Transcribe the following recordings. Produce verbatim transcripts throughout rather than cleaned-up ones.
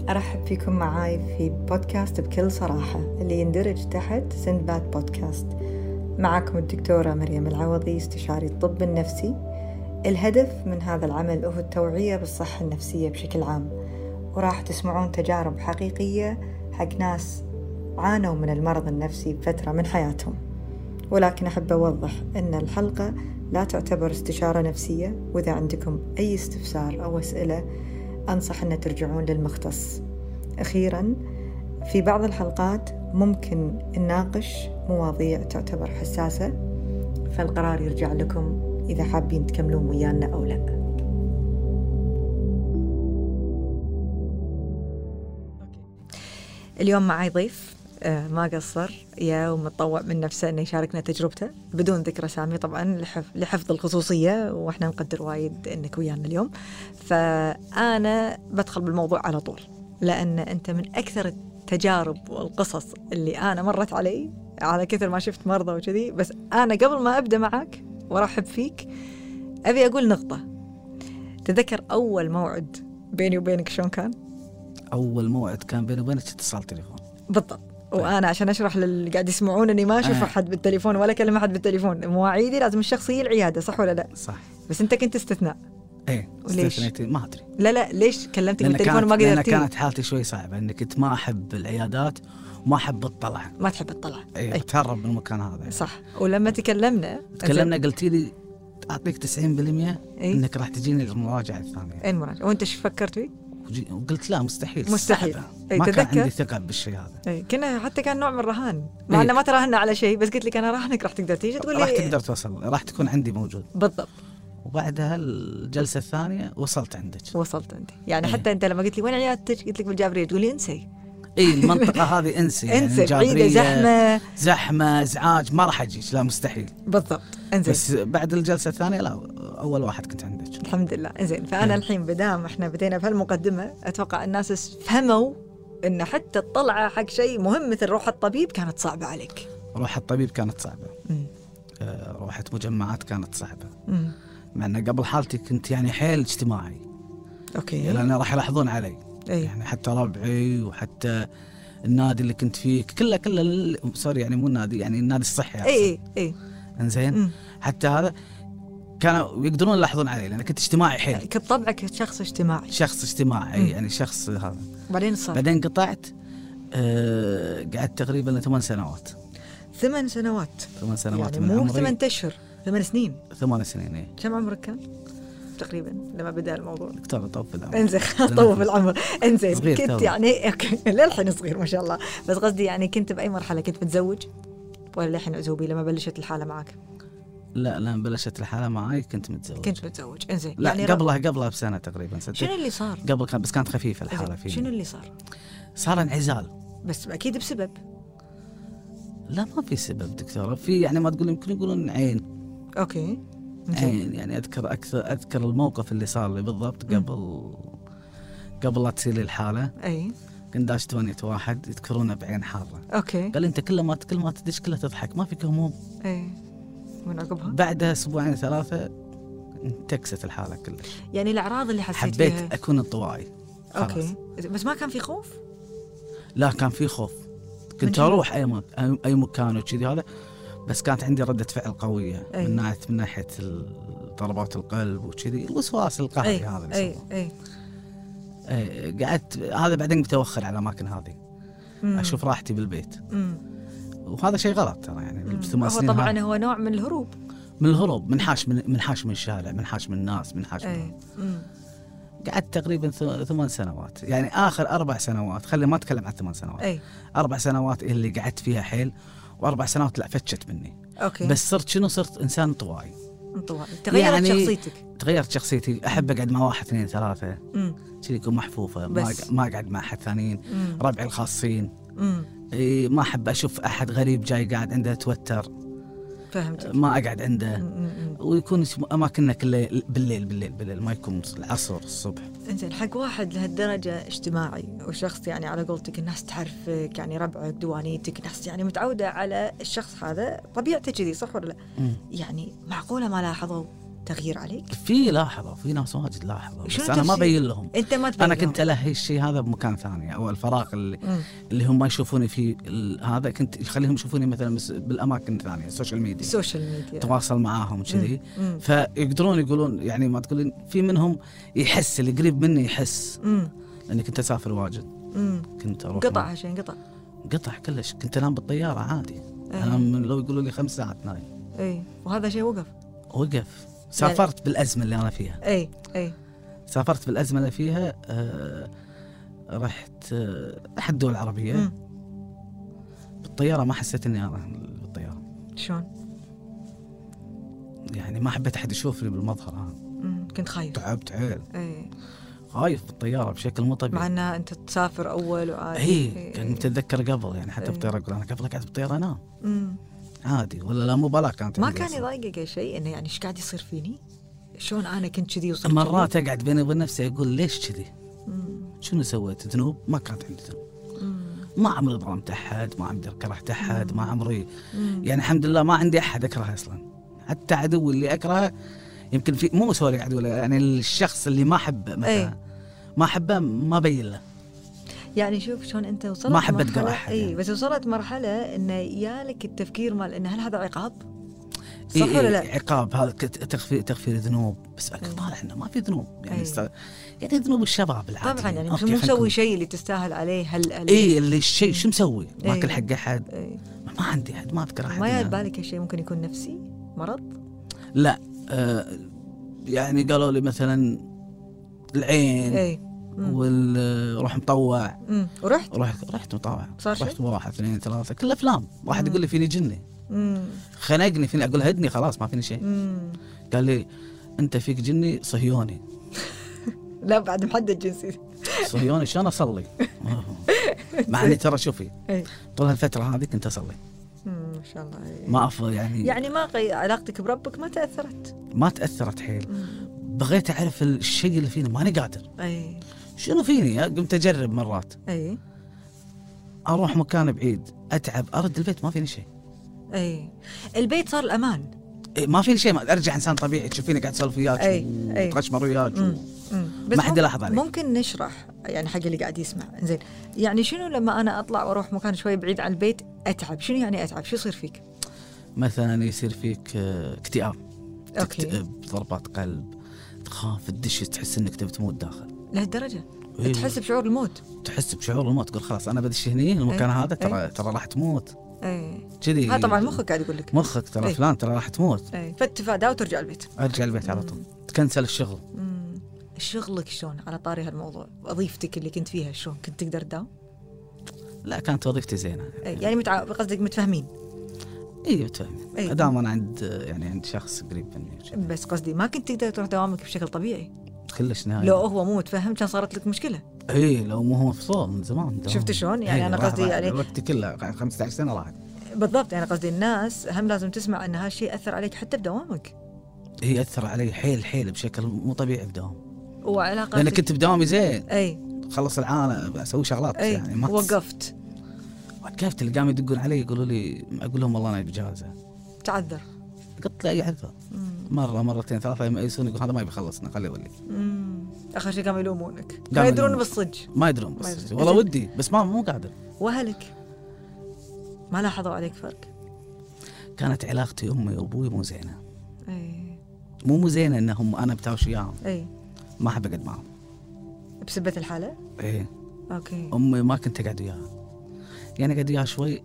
أرحب فيكم معاي في بودكاست بكل صراحة اللي يندرج تحت سندباد بودكاست. معكم الدكتورة مريم العوضي، استشاري الطب النفسي. الهدف من هذا العمل هو التوعية بالصحة النفسية بشكل عام، وراح تسمعون تجارب حقيقية حق ناس عانوا من المرض النفسي بفترة من حياتهم. ولكن أحب أوضح أن الحلقة لا تعتبر استشارة نفسية، وإذا عندكم أي استفسار أو أسئلة أنصح أن ترجعون للمختص. أخيراً، في بعض الحلقات ممكن نناقش مواضيع تعتبر حساسة، فالقرار يرجع لكم إذا حابين تكملون ويانا أو لا. اليوم معي ضيف ما قصر يا ومتطوع من نفسه أنه يشاركنا تجربته بدون ذكر أسامي طبعا لحفظ الخصوصية، وإحنا نقدر وايد أنك ويانا اليوم. فأنا بدخل بالموضوع على طول، لأن أنت من أكثر التجارب والقصص اللي أنا مرت علي على كثر ما شفت مرضى وكذي. بس أنا قبل ما أبدأ معك وأرحب فيك أبي أقول نقطة. تذكر أول موعد بيني وبينك شلون كان؟ أول موعد كان بيني وبينك اتصال تليفون. بالضبط. وأنا عشان أشرح للي قاعد يسمعون أني ما أشوف أحد بالتليفون ولا كلمة أحد بالتليفون، مواعيدي لازم الشخصية العيادة، صح ولا لا؟ صح. بس أنت كنت استثناء. إيه استثنيتي ما أدري. لا لا ليش كلمتك بالتليفون وما قدرتي؟ لأن كانت حالتي شوي صعبة، إني كنت ما أحب العيادات وما أحب الطلع. ما تحب الطلع. إيه أتهرب من المكان هذا. صح. ولما تكلمنا تكلمنا قلتي لي أعطيك تسعين بالمية إيه؟ إنك راح تجيني المراجعة الثانية. إيه المراجعة؟ وأنت شو فكرت فيه؟ وقلت لا مستحيل مستحيل. أي ما كان عندي ثقة بالشيء هذا. أي كنا حتى كان نوع من الرهان، مع أنه ما تراهنا على شيء، بس قلت لك أنا راهنك راح تقدر تيجي تقول لي راح تقدر توصل، راح تكون عندي موجود. بالضبط. وبعدها الجلسة الثانية وصلت عندك. وصلت عندي يعني أي. حتى أنت لما قلت لي وين عيادتك قلت لك بالجابرية، تقول لي انسي. اي المنطقة هذه انسي. انسي بعيدة، زحمة زحمة ازعاج، ما راح اجيش، لا مستحيل. بالضبط. انزين. بس بعد الجلسة الثانية لا، اول واحد كنت عندك. الحمد لله. انزين. فانا الحين بدام احنا بدينا بهالمقدمة، اتوقع الناس فهموا ان حتى الطلعة حق شيء مهم مثل روح الطبيب كانت صعبة عليك. روح الطبيب كانت صعبة. آه روحة مجمعات كانت صعبة. مم. مع ان قبل حالتي كنت يعني حيل اجتماعي. اوكي. يعني انا راح يلاحظون علي. أي. يعني حتى ربعي وحتى النادي اللي كنت فيه كله كله سوري يعني مو النادي، يعني النادي الصحي. اي اي. انزين. حتى هذا كانوا يقدرون يلاحظون علي لأن كنت اجتماعي حيل. كنت طبعك شخص اجتماعي. شخص اجتماعي. يعني شخص هذا. بعدين صار. بعدين قطعت. آه قعدت تقريبا ثمان سنوات. ثمان سنوات. ثمان سنوات يعني من مو عمري. ثمان أشهر، ثمان سنين. ثمان سنين. إيه. كم عمرك كان؟ تقريبا لما بدأ الموضوع. دكتور طوف العمر. انزين طوف العمر. انزين كنت طول. يعني اوكي للحين صغير ما شاء الله، بس قصدي يعني كنت بأي مرحلة؟ كنت متزوج ولا للحين عزوبي لما بلشت الحالة معك؟ لا لما بلشت الحالة معي كنت متزوج. كنت متزوج. انزين. لا يعني قبلها قبلها بسنة تقريبا. شنو اللي صار؟ قبل كان بس كانت خفيفة الحالة فيه. شنو اللي صار؟ صار انعزال. بس أكيد بسبب. لا ما في سبب دكتورة، في يعني ما تقول يمكن يقولون عين. اوكي. عين يعني أذكر أكثر أذكر الموقف اللي صار لي بالضبط قبل م. قبل لا تصير لي الحالة. أي. كنت داش توانية واحد يذكرونه بعين حارة. اوكي. قال أنت كل ما كل ما تدش كلها تضحك، ما فيك هموم. أي. من عقبها بعدها أسبوعين ثلاثة انتكست الحالة كلش. يعني الأعراض اللي حسيت حبيت فيها. أكون انطوائي. اوكي. بس ما كان في خوف؟ لا كان في خوف. كنت أروح أي مكان أي مكان وكذي هذا، بس كانت عندي ردة فعل قوية. أي. من ناحية من ناحية ضربات القلب وكذي، الوسواس القهري. أي. هذا اللي أي. أي. أي. قعدت هذا بعدين متوخر على الأماكن هذه. مم. أشوف راحتي بالبيت. مم. وهذا شيء غلط ترى يعني. هو طبعا هو نوع من الهروب. من الهروب من حاش من من حاش من الشارع، من حاش من الناس، من حاش من. قعدت تقريبا ثمان سنوات، يعني آخر أربع سنوات، خلي ما أتكلم عن ثمان سنوات. أي. أربع سنوات اللي قعدت فيها حيل، وأربع سنوات لا فتشت مني. أوكي. بس صرت شنو صرت إنسان انطوائي. انطوائي. تغيرت يعني شخصيتك. تغيرت شخصيتي، أحب أقعد مع واحد اثنين ثلاثة. كذي يكون محفوفة، ما ما أقعد مع أحد ثانيين. ربعي الخاصين. إيه ما أحب أشوف أحد غريب جاي قاعد عنده توتر. فهمت. ما أقعد عنده. ويكون أماكننا كله بالليل بالليل بالليل، ما يكون العصر الصبح. إنزين حق واحد لهالدرجة اجتماعي وشخص يعني على قولتك الناس تعرفك، يعني ربعك دوانيتك، ناس يعني متعودة على الشخص هذا، طبيعته كذي صح ولا لا؟ مم. يعني معقولة ما لاحظوا تغيير عليك؟ في لاحظوا، في ناس واجد لاحظوا، بس انا ما بين لهم. انت ما تبين انا كنت لهم. الهي الشيء هذا بمكان ثاني، او الفراغ اللي مم. اللي هم يشوفوني فيه هذا كنت اخليهم يشوفوني مثلا بالاماكن الثانيه، السوشيال ميديا، السوشيال ميديا تواصل معاهم كذي، فيقدرون يقولون يعني ما تقولين في منهم يحس، اللي قريب مني يحس، مم. لاني كنت اسافر واجد. مم. كنت اروح قطع عشان قطع قطع كلش، كنت انام بالطياره عادي. أيه. انام لو يقولوا لي خمس ساعات نايم. اي وهذا شيء وقف وقف. سافرت يعني بالازمه اللي انا فيها. اي اي سافرت بالازمه اللي فيها. آه رحت آه احد الدول العربيه. مم. بالطياره ما حسيت اني انا بالطياره. شلون؟ يعني ما حبيت احد يشوفني بالمظهر هذا. كنت خايف. تعبت عيل. اي خايف بالطياره بشكل مو طبيعي. مع انها انت تسافر اول وعادي. اي كنت متذكر قبل يعني حتى بالطياره اقول انا قبل قاعد بالطياره انام. امم عادي ولا لا مبالاه كانت. ما كان يضايقك شيء انه يعني ايش قاعد يصير فيني؟ شلون انا كنت كذي وصرت مرات اقعد بيني وبين نفسي اقول ليش كذي؟ شنو سويت؟ ذنوب؟ ما كانت عندي ذنوب. ما عمري ظلمت احد، ما عمري كرهت احد، ما عمري يعني الحمد لله ما عندي احد اكرهه اصلا. حتى عدو اللي اكرهه يمكن في مو سوري عدو، يعني الشخص اللي ما احبه مثلا أي. ما احبه ما بين له. يعني شوف شلون انت وصلت ما حبيت احد اي يعني. بس وصلت مرحله انه يالك التفكير مال انه هل هذا عقاب؟ صح إيه ولا لا؟ عقاب، هذا تغفير تغفير ذنوب، بس طالع انه ما في ذنوب يعني. است... يعني ذنوب الشباب العادي طبعا، يعني مو مسوي شيء اللي تستاهل عليه هل اي اللي الشيء شو مسوي؟ ماكل حق احد. أي. ما عندي احد، ما اذكر احد. ما يبالك الشيء ممكن يكون نفسي مرض؟ لا آه يعني قالوا لي مثلا العين. اي والروح مطوع. امم ورحت رحت رحت مطوع. رحت شيء؟ واحد اثنين ثلاثه كل افلام. واحد يقول لي فيني جني. امم خنقني فيني، اقول هدني خلاص ما فيني شيء. مم. قال لي انت فيك جني صهيوني. لا بعد محدد جنسي. صهيوني شلون اصلي؟ مع اني ترى شوفي طول هالفتره هذه كنت اصلي. ما شاء الله. ما أفضل يعني يعني ما قي... علاقتك بربك ما تاثرت؟ ما تاثرت حيل. مم. بغيت اعرف الشيء اللي فيني، ماني قادر. اي شنو فيني؟ قمت اجرب مرات. اي اروح مكان بعيد اتعب ارد البيت ما فيني شيء. اي البيت صار الامان. إيه ما فيني شيء، ما ارجع انسان طبيعي تشوفيني قاعد اسولف وياك وتغشمر وياك و... ما حد يلاحظ عليك. ممكن نشرح يعني حق اللي قاعد يسمع. زين يعني شنو لما انا اطلع واروح مكان شوي بعيد عن البيت اتعب؟ شنو يعني اتعب؟ شو يصير فيك؟ مثلا يصير فيك اكتئاب، تكتئب، ضربات قلب، تخاف، تدش، تحس انك تبي تموت داخل لهالدرجه. إيه؟ تحس بشعور الموت. تحس بشعور الموت، تقول خلاص انا بدش هني المكان أي. هذا ترى أي. ترى راح تموت. اي كذي. ها طبعا مخك قاعد يقول لك مخك ترى أي. فلان ترى راح تموت. اي فتفادى وترجع البيت. ارجع البيت على طول. تكنسل الشغل. مم. شغلك شلون على طاري هالموضوع؟ وظيفتك اللي كنت فيها شلون كنت تقدر تداوم؟ لا كانت وظيفتي زينه. أي. يعني متع... قصدك متفاهمين؟ اي متفاهمين. ادام انا عند يعني عند شخص قريب مني. بس قصدي ما كنت تقدر تروح دوامك بشكل طبيعي. كلش نهاية. لو هو مو متفهم كان صارت لك مشكله. اي لو مو هو مفصول من زمان. شفت شلون؟ يعني انا قصدي يعني وقتي كله خمسة عشر سنه راحت. بالضبط. يعني قصدي الناس هم لازم تسمع ان هالشيء اثر عليك حتى بدوامك. هي اثر علي حيل حيل بشكل مو طبيعي بدوام. وعلاقه لان كنت بدوامي زين. اي خلص العالم اسوي شغلات أي. يعني ما وقفت وقفت. اللي قاموا يدقون علي يقولوا لي، اقول لهم والله انا باجازه. تعذر. قلت له اي عذر. مره مرتين ثلاثه ما يسون يقول هذا ما بيخلصنا خليه يولي. امم اخر شيء قاموا يلومونك. ما يدرون بالصج. ما يدرون بالصج والله ودي بس ما مو قادر. واهلك ما لاحظوا عليك فرق؟ كانت علاقتي امي وابوي مو زينه. اي مو مو زينه انهم انا بتاوش وياهم. اي ما احب اقعد معهم بسبة الحاله. اي اوكي. امي ما كنت اقعد وياها، يعني اقعد وياها شوي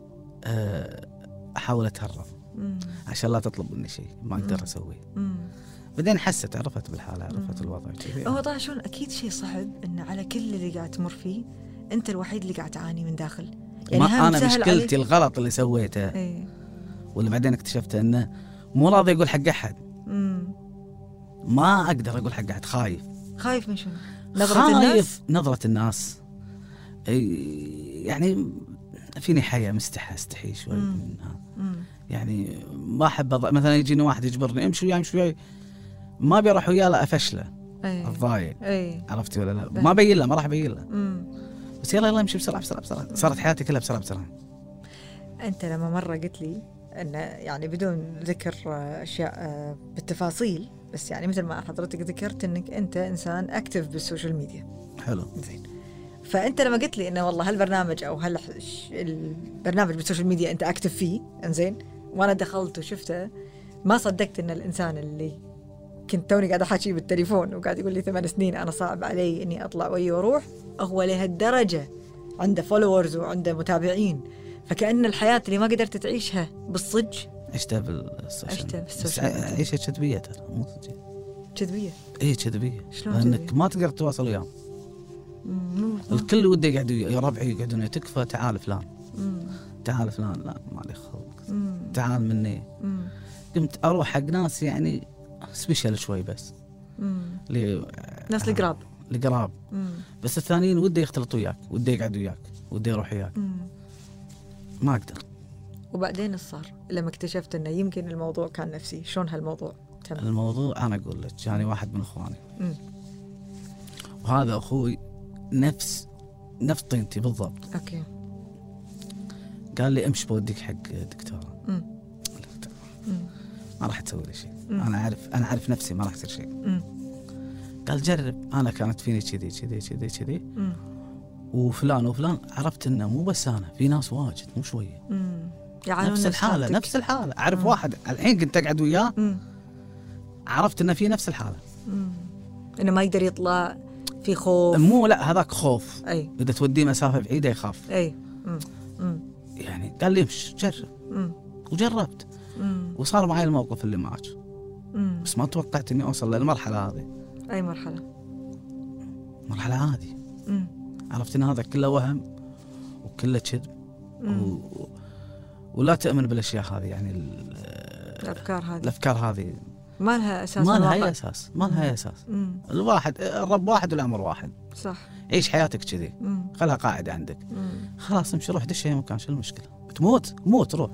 احاول اتهرب مم. عشان لا تطلب مني شيء ما اقدر اسويه. بعدين حست عرفت بالحاله، عرفت الوضع كذي. هو طبعا شلون اكيد شيء صعب ان على كل اللي قاعد تمر فيه انت الوحيد اللي قاعد تعاني من داخل. يعني ما انا مشكلتي الغلط اللي سويته. اي واللي بعدين اكتشفته انه مو راضي اقول حق احد. امم ما اقدر اقول حق احد. خايف. خايف من شنو؟ نظرة خايف الناس. نظرة الناس. يعني فيني حياة مستحى استحي شوي منها. يعني ما احب أض... مثلا يجيني واحد يجبرني امشي وياي امشي وياي ما بيروح وياه لا افشله. أي. الضايق. أي. عرفتي ولا لا؟ ما بين له ما راح ابين له. بس يلا يلا امشي بسرعه بسرعه بسرعه. صارت حياتي كلها بسرعه بسرعه. انت لما مره قلت لي أنه يعني بدون ذكر أشياء بالتفاصيل، بس يعني مثل ما حضرتك ذكرت أنك أنت إنسان أكتف بالسوشيال ميديا. حلو. زين. فأنت لما قلت لي إنه والله هالبرنامج أو هال البرنامج بالسوشيال ميديا أنت أكتف فيه، إنزين، وأنا دخلت وشفته، ما صدقت إن الإنسان اللي كنت توني قاعد أحكي بالتليفون وقاعد يقول لي ثمان سنين أنا صعب علي إني أطلع ويا وأروح، هو لهالدرجة عنده فولورز وعنده متابعين. فكأن الحياة اللي ما قدرت تعيشها بالصج عشتها بالسوشيال عشتها بالسوشيال ميديا. عيشها كذبية ترى، مو صجية. كذبية. إيه كذبية. شلون لأنك ما تقدر تواصل وياهم. الكل وده يقعد يا ربعي يقعدون تكفى تعال فلان. مم. تعال فلان، لا ما لي خلق. تعال مني. مم. قمت أروح حق ناس يعني سبيشال شوي بس. لي ناس القراب. القراب. بس الثانيين وده يختلط وياك، وده يقعد وياك، وده يروح وياك. ما أقدر. وبعدين الصار لما اكتشفت إنه يمكن الموضوع كان نفسي، شلون هالموضوع؟ تم. الموضوع أنا أقول لك يعني واحد من إخواني. مم. وهذا أخوي نفس نفس طينتي بالضبط. أوكي. قال لي امشي بوديك حق دكتورة. مم. ما راح تسوي لي شيء. أنا أعرف أنا أعرف نفسي ما راح يصير شيء. مم. قال جرب. أنا كانت فيني كذي كذي كذي كذي. وفلان وفلان عرفت إنه مو بس أنا، في ناس واجد مو شوية. نفس الحالة نفس الحالة. أعرف مم. واحد الحين كنت أقعد وياه عرفت إنه في نفس الحالة. مم. إنه ما يقدر يطلع، في خوف. مو لا هذاك خوف. أي. إذا توديه مسافة بعيدة يخاف. أي. مم. مم. يعني قال لي امشي جرب. مم. وجربت. مم. وصار معي الموقف اللي معك. مم. بس ما توقعت إني أوصل للمرحلة هذه. أي مرحلة؟ مرحلة عادي. مم. عرفت إن هذا كله وهم وكله كذب و... ولا تؤمن بالأشياء هذه، يعني الأفكار هذه الأفكار هذه ما لها أساس. ما لها أساس ما لها أساس. مم. الواحد الرب واحد والأمر واحد. صح. عيش حياتك كذي، خلها قاعدة عندك. مم. خلاص امشي روح دش أي مكان، شو المشكلة؟ بتموت موت روح.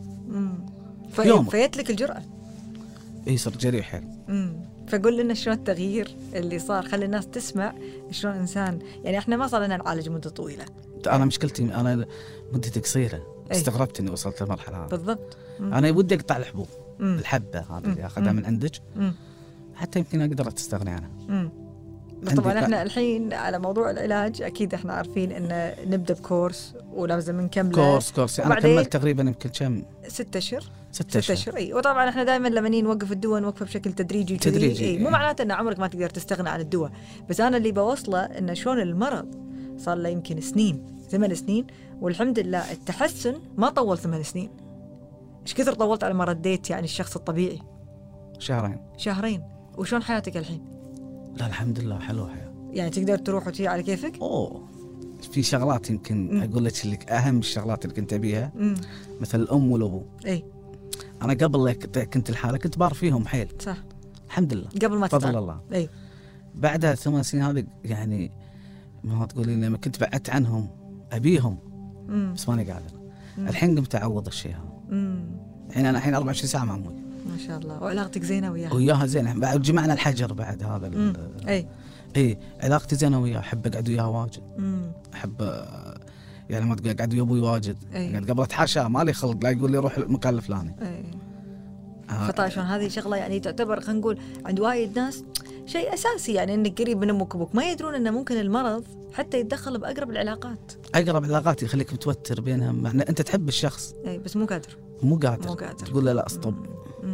في... فيت لك الجرأة. إيه صرت جريء حيل. فقول لنا شلون التغيير اللي صار، خلي الناس تسمع شلون إنسان، يعني إحنا ما صار لنا نعالج مدة طويلة. أنا مشكلتي أنا مدتي قصيرة. استغربت إني وصلت للمرحلة هذه. بالضبط. مم. أنا ودي أقطع الحبوب. مم. الحبة هذه اللي أخذها من عندك. مم. حتى يمكن أقدر أستغني عنها. مم. طبعا احنا الحين على موضوع العلاج اكيد احنا عارفين ان نبدا بكورس ولازم نكمله. كورس كورس انا كملت تقريبا يمكن كم ستة اشهر ستة اشهر ستة اي. وطبعا احنا دائما لما نوقف الدواء نوقفه بشكل تدريجي تدريجي إيه. مو معناته ان عمرك ما تقدر تستغنى عن الدواء، بس انا اللي بوصله ان شلون المرض صار له يمكن سنين ثمان سنين والحمد لله التحسن ما طول ثمان سنين. ايش كثر طولت على ما رديت يعني الشخص الطبيعي؟ شهرين شهرين. وشلون حياتك الحين؟ لا الحمد لله حلوه حياتي. يعني تقدر تروح وتجي على كيفك؟ اوه في شغلات يمكن م. اقول لك لك اهم الشغلات اللي كنت ابيها م. مثل الام والابو. اي انا قبل كنت الحاله كنت بار فيهم حيل. صح الحمد لله قبل ما تفضل الله. اي بعدها ثمان سنين هذه يعني ما تقولين لما كنت بعدت عنهم ابيهم م. بس ماني قادر. م. الحين قمت اعوض الشيء هذا. يعني انا الحين أربعة وعشرين ساعه مع امي ما شاء الله. وعلاقتك زينه وياها؟ وياها زينه. بعد جمعنا الحجر بعد هذا. اي اي علاقتي زينه وياه. احب اقعد وياه واجد. مم. احب يعني ما تقول اقعد ويا ابوي واجد. يعني قبل اتحاشاه ما لي خلق لا يقول لي روح المكان الفلاني. اي آه. فطاشون هذه شغله يعني تعتبر خلينا نقول عند وايد ناس شيء اساسي، يعني انك قريب من امك وابوك ما يدرون انه ممكن المرض حتى يتدخل باقرب العلاقات. اقرب العلاقات يخليك متوتر بينهم، معنى انت تحب الشخص اي بس مو قادر مو قادر, مو قادر. تقول له لا اسطب.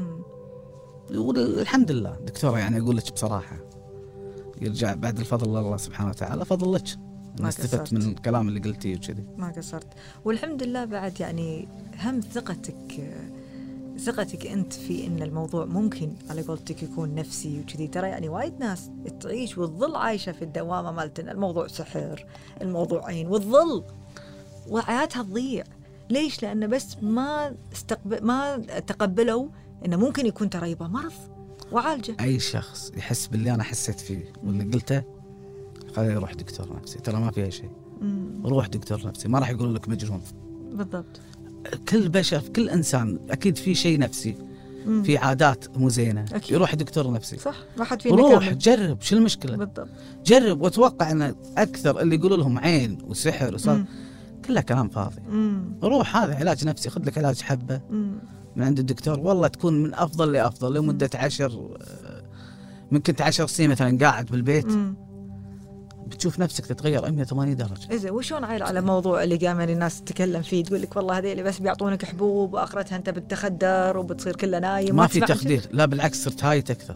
والحمد لله دكتوره يعني اقول لك بصراحه يرجع بعد الفضل الله سبحانه وتعالى فضل لك. ما استفدت من الكلام اللي قلتيه وكذي. ما قصرت والحمد لله. بعد يعني هم ثقتك ثقتك أنت في إن الموضوع ممكن على قولتك يكون نفسي وكذي. ترى يعني وايد ناس تعيش وتظل عايشة في الدوامة مالتنا الموضوع سحر الموضوع عين وتظل وحياتها تضيع. ليش؟ لأنه بس ما استقبل ما تقبلوا إنه ممكن يكون ترى يبغى مرض وعالجه. أي شخص يحس باللي أنا حسيت فيه واللي قلته خليه يروح دكتور نفسي. ترى ما فيها شيء. روح دكتور نفسي ما راح يقولوا لك مجنون. بالضبط. كل بشر كل إنسان أكيد في شيء نفسي. مم. في عادات مو زينة يروح دكتور نفسي. صح ما حد فينا روح كامل. جرب شو المشكلة. بالضبط. جرب وتوقع أن أكثر اللي يقولوا لهم عين وسحر وصار كله كلام فاضي. مم. روح هذا علاج نفسي خذ لك علاج حبة. مم. من عند الدكتور والله تكون من افضل لافضل لمده عشر ممكن عشر سنين مثلا قاعد بالبيت م. بتشوف نفسك تتغير مية وثمانين درجه. إذا وشون عايل على موضوع اللي قام الناس تتكلم فيه تقول لك والله هذول بس بيعطونك حبوب واخرتها انت بتتخدر وبتصير كلها نايم. ما في تخدير، لا بالعكس صرت هايت اكثر.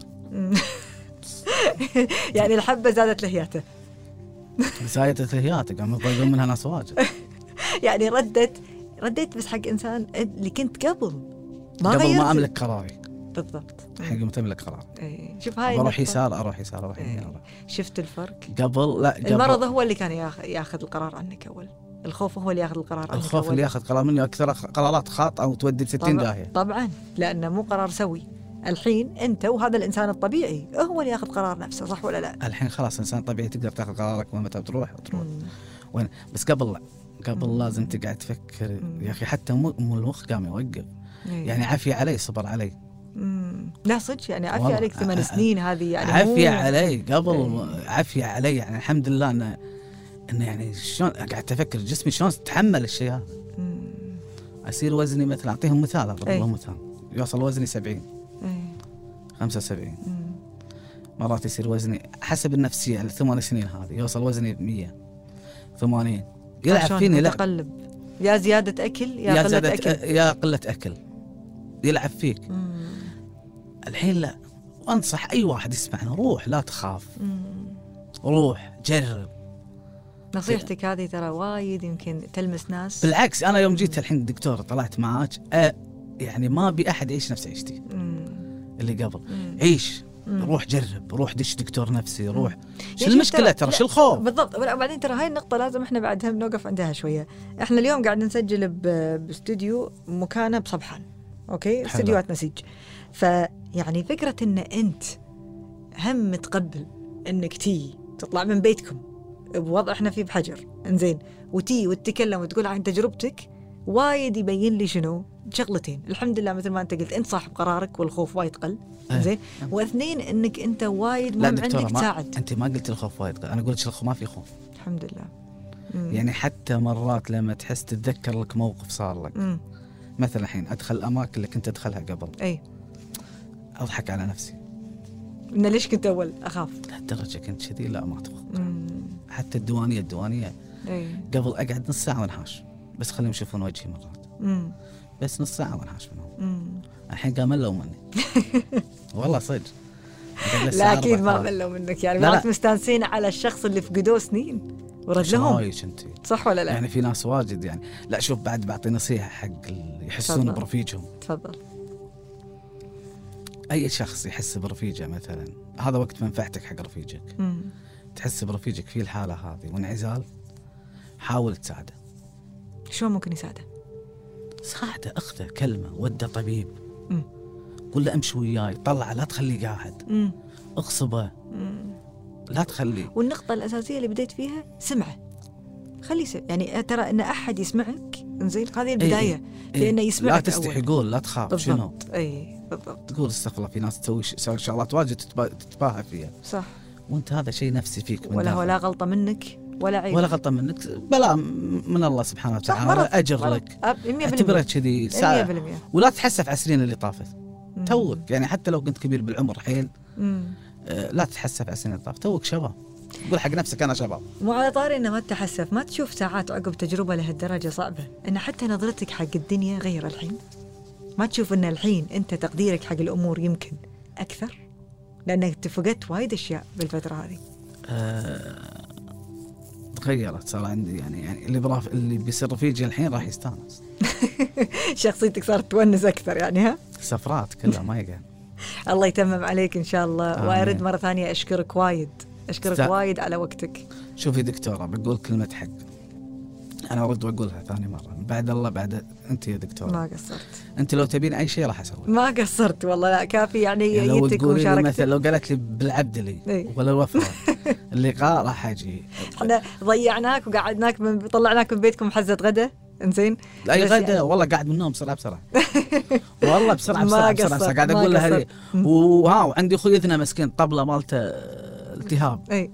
يعني الحبه زادت لهياته. زادت لهياته قام يضيقون منها ناس واجد. يعني ردت رديت بس حق انسان اللي كنت قبل ما قبل ما املك قراري. بالضبط. الحين قمت املك قرار. اي شوف هاي اروح يسار اروح يسار اروح يمين. شفت الفرق؟ قبل لا قبل المرض هو اللي كان ياخذ القرار عنك اول. الخوف هو اللي ياخذ القرار عنك. الخوف اللي ياخذ قرار مني اكثر قرارات خاطئه وتودي بستين داهيه. طبعا لانه مو قرار سوي. الحين انت وهذا الانسان الطبيعي هو اللي ياخذ قرار نفسه، صح ولا لا؟ الحين خلاص انسان طبيعي تقدر تاخذ قرارك وين متى تروح وتروح وين. بس قبل لا قبل مم. لازم تقعد تفكر. مم. يا اخي حتى مو المخ قام يوقف. مم. يعني عافية علي صبر علي. امم لا صدق يعني عافية عليك ثمان سنين هذه يعني عافية علي قبل عافية علي يعني الحمد لله انه انه يعني شلون قاعد افكر جسمي شلون تحمل الشيء هذا. اصير وزني مثلا اعطيهم مثال اضرب لهم مثال يوصل وزني سبعين خمسة وسبعين مرات يصير وزني حسب النفسية الثمان سنين هذه يوصل وزني مية ثمانين يلعب فيني لا تقلب يا زيادة أكل يا, يا قلة أكل يا قلة أكل يلعب فيك. مم. الحين لا وأنصح أي واحد يسمعنا روح لا تخاف. مم. روح جرب. نصيحتك هذه ترى وايد يمكن تلمس ناس. بالعكس أنا يوم جيت الحين الدكتور طلعت معاك أه يعني ما بي أحد يعيش نفس عيشتي اللي قبل. مم. عيش مم. روح جرب روح دش دكتور نفسي روح شو المشكلة ترى شو الخوف بالضبط. وبعدين ترى هاي النقطة لازم احنا بعدها نوقف عندها شوية. احنا اليوم قاعد نسجل باستوديو مكانه بصبحان اوكي استديوهات نسيج. فيعني فكرة ان انت هم متقبل انك تي تطلع من بيتكم بوضع احنا فيه بحجر انزين وتي وتتكلم وتقول عن تجربتك وايد يبين لي شنو شغلتين. الحمد لله مثل ما انت قلت انت صاحب قرارك والخوف وايد قل زين. واثنين انك انت وايد مهم عندك تساعد. انت ما قلت الخوف وايد قل. انا قلت الخوف ما في خوف الحمد لله. مم. يعني حتى مرات لما تحس تتذكر لك موقف صار لك مم. مثلا الحين ادخل اماكن اللي كنت ادخلها قبل اي اضحك على نفسي ان ليش كنت اول اخاف لهالدرجه كنت كذي لا ما اتوقع. حتى الديوانيه الديوانيه أي. قبل اقعد نص ساعه وانحاش بس خليهم يشوفون وجهي مرات. مم. بس نص ساعه وانحاش منهم. الحين قام ملوا مني والله صدق. لا اكيد ما ملوا منك يعني ما مستانسين على الشخص اللي فقدوه سنين ورد لهم صح ولا لا؟ يعني في ناس واجد يعني لا شوف بعد بعطي نصيحه حق اللي يحسون برفيجهم. تفضل. اي شخص يحس برفيجه مثلا هذا وقت منفعتك حق رفيجك. مم. تحس برفيجك في الحاله هذه وانعزال حاول تساعده. شو ممكن يساعده؟ ساعده اخذه كلمه وده طبيب. مم. قل له امشي وياي طلع لا تخليه قاعد. مم. اغصبه. مم. لا تخليه. والنقطه الاساسيه اللي بديت فيها سمعه خليه سمع. يعني ترى ان احد يسمعك انزين هذه البدايه في إيه. انه يسمعك. لا تستحي قول لا تخاف شنو. اي بالضبط. تقول استغفر الله في ناس تسوي شغلات واجد تتباهى فيها صح وانت هذا شيء نفسي فيك من ولا هو لا غلطه منك ولا عيب ولا غلطه منك بلا من الله سبحانه وتعالى اجر لك اعتبرها كذي ساعه ولا تحسف على السنين اللي طافت توك يعني حتى لو كنت كبير بالعمر حيل آه لا تتحسف على السنين اللي طافت توك شباب قول حق نفسك انا شباب. مو على طاري انه ما تتحسف ما تشوف ساعات عقب تجربه لهالدرجه صعبه ان حتى نظرتك حق الدنيا غير الحين ما تشوف ان الحين انت تقديرك حق الامور يمكن اكثر لانك فقدت وايد اشياء بالفتره هذه. أه... تغيرت صار عندي يعني يعني اللي براف اللي بيصير رفيجي الحين راح يستانس. شخصيتك صارت تونس اكثر يعني ها؟ سفرات كلها ما يقعد. الله يتمم عليك ان شاء الله. وارد مره ثانيه اشكرك وايد اشكرك ست... وايد على وقتك. شوفي دكتوره بقول كلمه حق انا ارد واقولها ثاني مره بعد الله بعد انت يا دكتوره ما قصرت. انت لو تبين اي شيء راح اسوي. ما قصرت والله لا كافي يعني, يعني لو تقولي لي مثلا لو قالت لي بالعبدلي ايه؟ ولا الوفره اللقاء راح اجي. احنا ضيعناك وقعدناك من طلعناك من بيتكم حزه غدا انزين لا اي غدا يعني والله قاعد من النوم بسرعه بسرعه والله بسرعه بسرعه بسرعه, بسرعة قاعد اقول لها هذه وها وعندي اخوي اثنين مسكين طبله مالته التهاب اي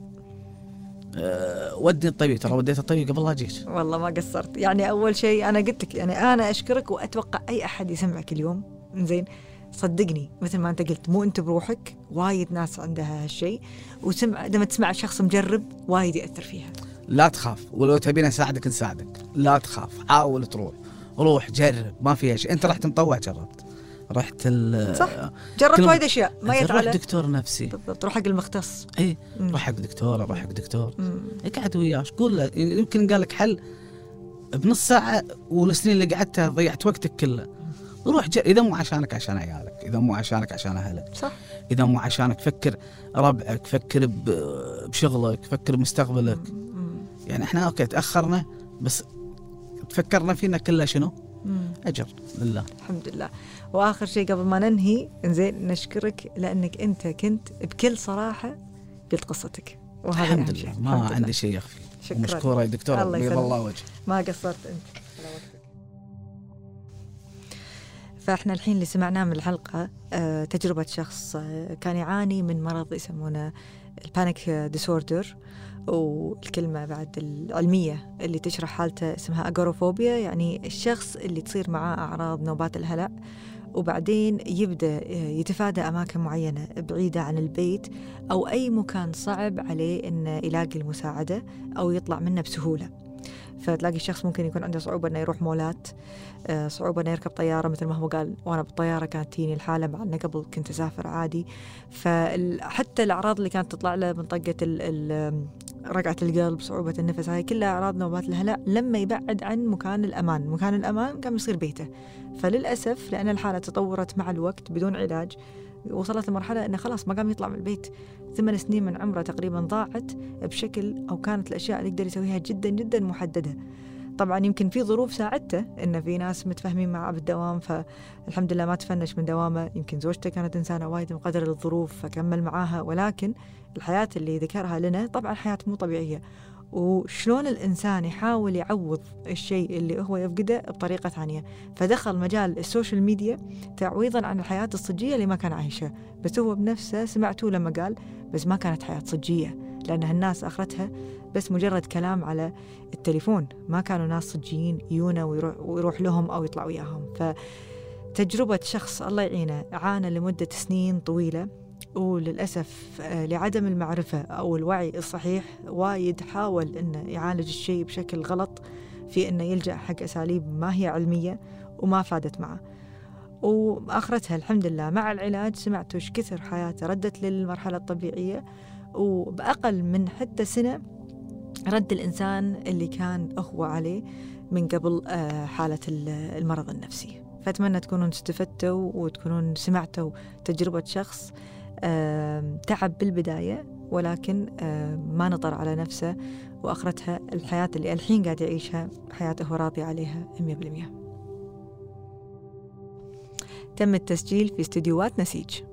أه ودي الطبيب ترى وديت الطبيب قبل لا اجيك. والله ما قصرت يعني اول شيء انا قلت لك يعني انا اشكرك واتوقع اي احد يسمعك اليوم زين صدقني مثل ما أنت قلت مو أنت بروحك، وايد ناس عندها هالشيء، وسمع لما تسمع شخص مجرب وايد يأثر فيها. لا تخاف، ولو تبينا نساعدك نساعدك، لا تخاف، حاول تروح، روح جرب، ما فيها شيء. أنت رحت مطوع جربت، رحت ال صح جربت وايد أشياء ما يتعلم. روح دكتور نفسي بالضبط، روح حق المختص. إيه روح حق دكتور، روح حق دكتور اقعد وياه، قول له يمكن قال لك حل بنص ساعة، والسنين اللي قعدتها ضيعت وقتك كله. روح جر... إذا مو عشانك عشان عيالك، إذا مو عشانك عشان أهلك، صح. إذا مو عشانك فكر ربعك، فكر ب... بشغلك، فكر بمستقبلك. يعني إحنا أوكي تأخرنا، بس تفكرنا فينا كله شنو؟ مم. أجر لله الحمد لله. وآخر شيء قبل ما ننهي، إنزين نشكرك لأنك أنت كنت بكل صراحة قلت قصتك، وهذا الحمد لله ما الحمد عندي لله. شيء يخفي. مشكورة يا دكتورة، بيض الله وجهك، ما قصرت أنت على وقتك. فإحنا الحين اللي سمعناه من الحلقة آه، تجربة شخص آه، كان يعاني من مرض يسمونه البانيك ديسوردر، والكلمة بعد العلمية اللي تشرح حالته اسمها أغورافوبيا، يعني الشخص اللي تصير معاه أعراض نوبات الهلع، وبعدين يبدأ يتفادى أماكن معينة بعيدة عن البيت أو أي مكان صعب عليه إنه يلاقي المساعدة أو يطلع منه بسهولة. فتلاقي الشخص ممكن يكون عنده صعوبة إنه يروح مولات، صعوبة إنه يركب طيارة مثل ما هو قال، وأنا بالطيارة كانت تيني الحالة، مع إنه قبل كنت أسافر عادي. فحتى الأعراض اللي كانت تطلع له من طقة رقعة القلب، صعوبة النفس، هاي كلها أعراض نوبات الهلع، لما يبعد عن مكان الأمان. مكان الأمان كان يصير بيته. فللأسف لأن الحالة تطورت مع الوقت بدون علاج، وصلت لمرحلة إنه خلاص ما قام يطلع من البيت. ثمان سنين من عمره تقريبا ضاعت بشكل، أو كانت الأشياء اللي يقدر يسويها جدا جدا محددة. طبعا يمكن في ظروف ساعدته، إن في ناس متفاهمين معه بالدوام، فالحمد لله ما تفنش من دوامه. يمكن زوجته كانت إنسانة وايد مقدرة للظروف فكمل معاها، ولكن الحياة اللي ذكرها لنا طبعا حياة مو طبيعية. وشلون الإنسان يحاول يعوض الشيء اللي هو يفقده بطريقة ثانية، فدخل مجال السوشيال ميديا تعويضاً عن الحياة الصجية اللي ما كان عايشها. بس هو بنفسه سمعتوه لما قال بس ما كانت حياة صجية، لأن هالناس آخرتها بس مجرد كلام على التليفون، ما كانوا ناس صجيين يونا ويروح, ويروح لهم أو يطلع وياهم. فتجربة شخص الله يعينه عانى لمدة سنين طويلة، وللأسف لعدم المعرفة أو الوعي الصحيح وايد حاول إنه يعالج الشيء بشكل غلط، في إنه يلجأ حق أساليب ما هي علمية وما فادت معه. وآخرتها الحمد لله مع العلاج سمعتوا إيش كثر حياته ردت للمرحلة الطبيعية، وبأقل من حتى سنة رد الإنسان اللي كان أخوة عليه من قبل حالة المرض النفسي. فأتمنى تكونون استفدتوا وتكونون سمعتوا تجربة شخص تعب بالبداية، ولكن ما نطر على نفسه، وآخرتها الحياة اللي الحين قاعد يعيشها حياته هو راضي عليها مية بالمية. تم التسجيل في استديوهات نسيج.